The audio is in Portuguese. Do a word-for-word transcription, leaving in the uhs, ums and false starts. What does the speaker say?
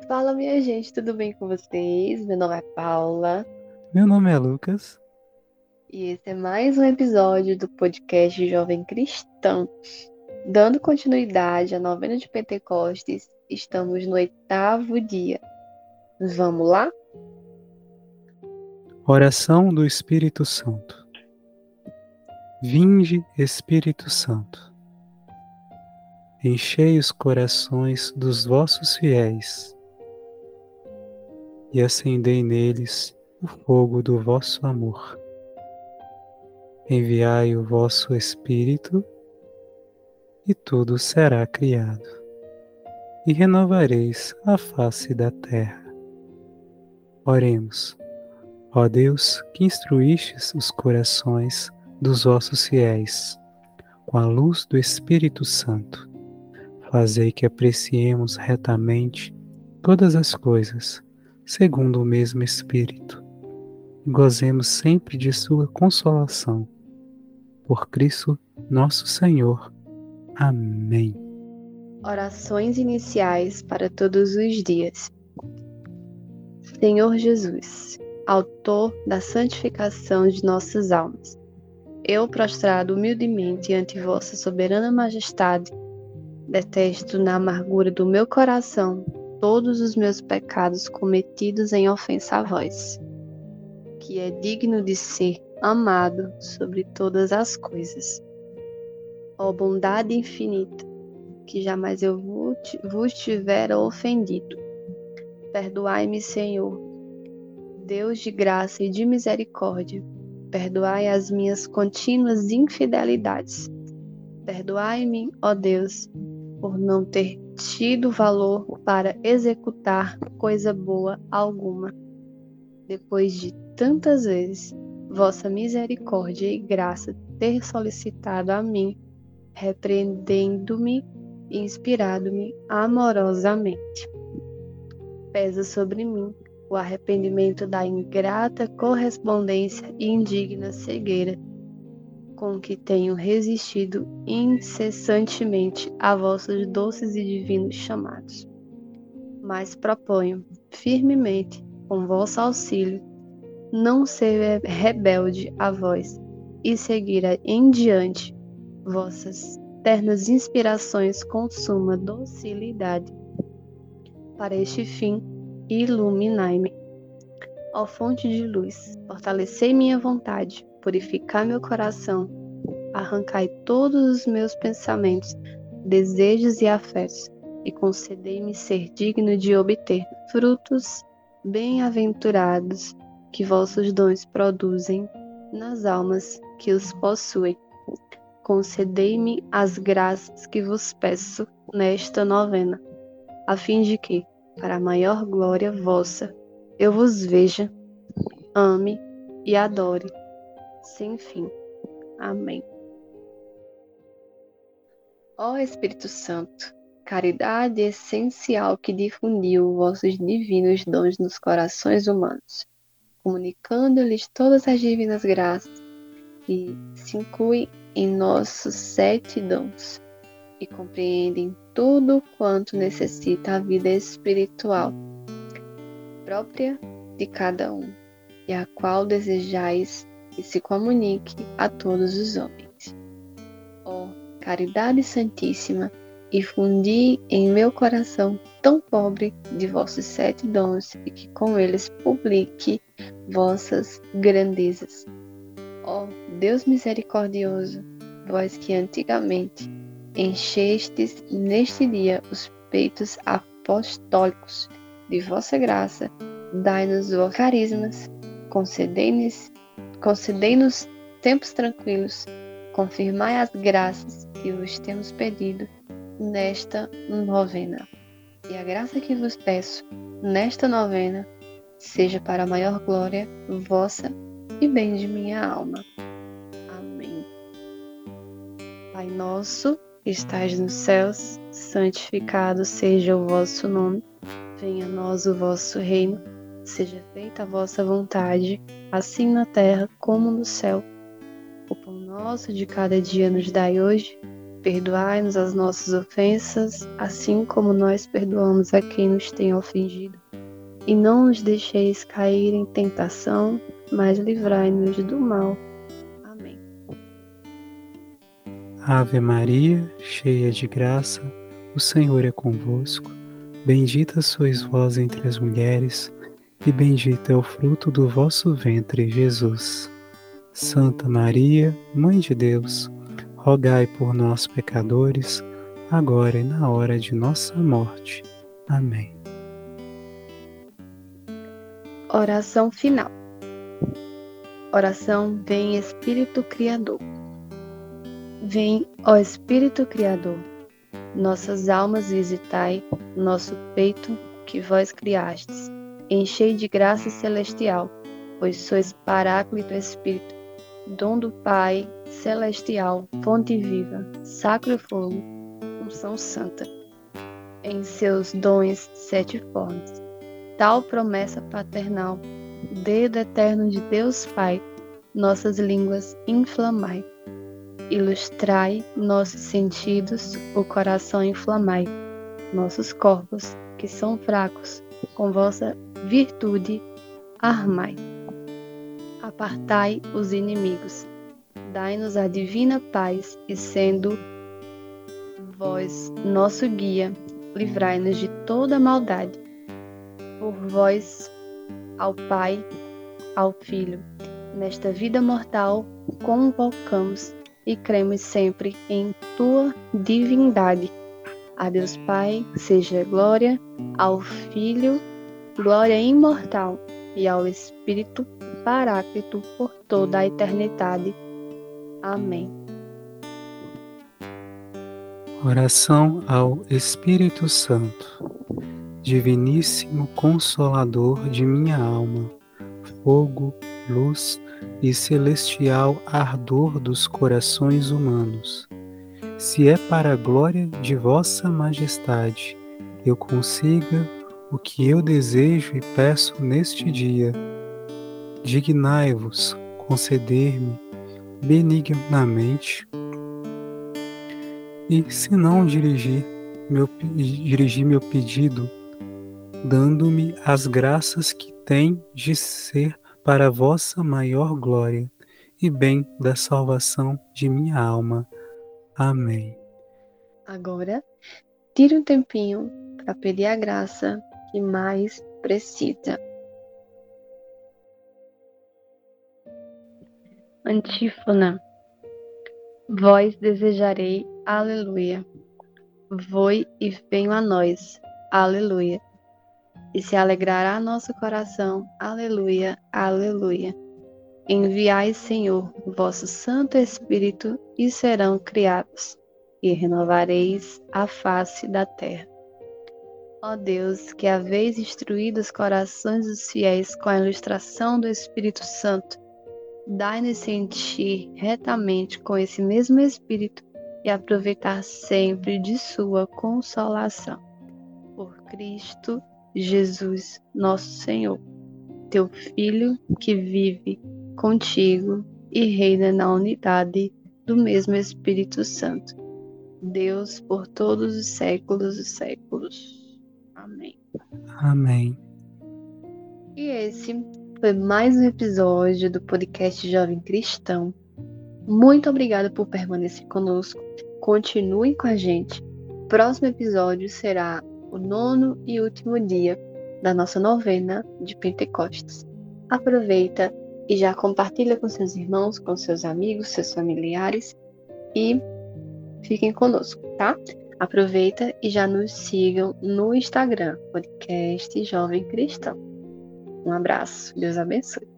Fala, minha gente, tudo bem com vocês? Meu nome é Paula Meu nome é Lucas. e esse é mais um episódio do podcast Jovem Cristão. Dando continuidade à novena de Pentecostes, estamos no oitavo dia. Vamos lá? Oração do Espírito Santo. Vinde, Espírito Santo, enchei os corações dos vossos fiéis e acendei neles o fogo do vosso amor. Enviai o vosso Espírito e tudo será criado, e renovareis a face da terra. Oremos. Ó Deus, que instruístes os corações dos vossos fiéis com a luz do Espírito Santo, fazei que apreciemos retamente todas as coisas, segundo o mesmo Espírito, e gozemos sempre de sua consolação. Por Cristo nosso Senhor. Amém. Orações iniciais para todos os dias. Senhor Jesus, autor da santificação de nossas almas, eu, prostrado humildemente ante vossa soberana majestade, detesto na amargura do meu coração todos os meus pecados cometidos em ofensa a vós, que é digno de ser amado sobre todas as coisas. Ó bondade infinita, que jamais eu vos tivera ofendido, perdoai-me, Senhor, Deus de graça e de misericórdia, perdoai as minhas contínuas infidelidades. Perdoai-me, ó Deus, por não ter tido valor para executar coisa boa alguma, depois de tantas vezes vossa misericórdia e graça ter solicitado a mim, repreendendo-me e inspirado-me amorosamente. Pesa sobre mim o arrependimento da ingrata correspondência e indigna cegueira com que tenho resistido incessantemente a vossos doces e divinos chamados. Mas proponho, firmemente, com vosso auxílio, não ser rebelde a vós e seguir em diante vossas ternas inspirações com suma docilidade. Para este fim, iluminai-me. Ó fonte de luz, fortalecei minha vontade, purificai meu coração, arrancai todos os meus pensamentos, desejos e afetos, e concedei-me ser digno de obter frutos bem-aventurados que vossos dons produzem nas almas que os possuem. Concedei-me as graças que vos peço nesta novena, a fim de que, para a maior glória vossa, eu vos veja, ame e adore, sem fim. Amém. Ó Espírito Santo, caridade essencial que difundiu vossos divinos dons nos corações humanos, comunicando-lhes todas as divinas graças, e se inclui em nossos sete dons, e compreendem tudo quanto necessita a vida espiritual própria de cada um, e a qual desejais que se comunique a todos os homens. Ó caridade santíssima, e fundi em meu coração tão pobre de vossos sete dons, e que com eles publique vossas grandezas. Ó Deus misericordioso, vós que antigamente enchestes neste dia os peitos apostólicos de vossa graça, dai-nos vossos carismas, concedei-nos concedei-nos tempos tranquilos, confirmai as graças que vos temos pedido nesta novena. E a graça que vos peço nesta novena seja para a maior glória vossa e bem de minha alma. Amém. Pai nosso, que estais nos céus, santificado seja o vosso nome. Venha a nós o vosso reino. Seja feita a vossa vontade, assim na terra como no céu. O pão nosso de cada dia nos dai hoje. Perdoai-nos as nossas ofensas, assim como nós perdoamos a quem nos tem ofendido. E não nos deixeis cair em tentação, mas livrai-nos do mal. Amém. Ave Maria, cheia de graça, o Senhor é convosco. Bendita sois vós entre as mulheres, e bendito é o fruto do vosso ventre, Jesus. Santa Maria, Mãe de Deus, rogai por nós, pecadores, agora e na hora de nossa morte. Amém. Oração final. Oração Vem Espírito Criador. Vem, ó Espírito Criador, nossas almas visitai, nosso peito que vós criastes. Enchei de graça celestial, pois sois Paráclito Espírito, dom do Pai celestial, fonte viva, sacro fogo, unção santa. Em seus dons sete formas, tal promessa paternal, dedo eterno de Deus Pai, nossas línguas inflamai. Ilustrai nossos sentidos, o coração inflamai, nossos corpos, que são fracos, com vossa virtude armai. Apartai os inimigos, dai-nos a divina paz, e sendo vós nosso guia, livrai-nos de toda maldade. Por vós, ao Pai, ao Filho, nesta vida mortal, convocamos e cremos sempre em tua divindade. A Deus Pai seja glória, ao Filho, glória imortal, e ao Espírito Paráclito por toda a eternidade. Amém. Oração ao Espírito Santo. Diviníssimo Consolador de minha alma, fogo, luz e celestial ardor dos corações humanos, se é para a glória de vossa majestade eu consiga o que eu desejo e peço neste dia, dignai-vos conceder-me benignamente, e se não dirigir meu, dirigir meu pedido, dando-me as graças que tem de ser para a vossa maior glória e bem da salvação de minha alma. Amém. Agora, tire um tempinho para pedir a graça que mais precisa. Antífona. Vós desejarei, aleluia. Voi e venho a nós, aleluia. E se alegrará nosso coração, aleluia, aleluia. Enviai, Senhor, vosso Santo Espírito, e serão criados, e renovareis a face da terra. Ó Deus, que haveis instruído os corações dos fiéis com a ilustração do Espírito Santo, dai-nos sentir retamente com esse mesmo Espírito e aproveitar sempre de sua consolação. Por Cristo Jesus, nosso Senhor, teu Filho, que vive contigo e reina na unidade do mesmo Espírito Santo, Deus por todos os séculos dos séculos. Amém. Amém. E esse foi mais um episódio do podcast Jovem Cristão. Muito obrigada por permanecer conosco. Continue com a gente. O próximo episódio será o nono e último dia da nossa novena de Pentecostes. Aproveita e já compartilha com seus irmãos, com seus amigos, seus familiares e fiquem conosco, tá? Aproveita e já nos sigam no Instagram, podcast Jovem Cristão. Um abraço, Deus abençoe.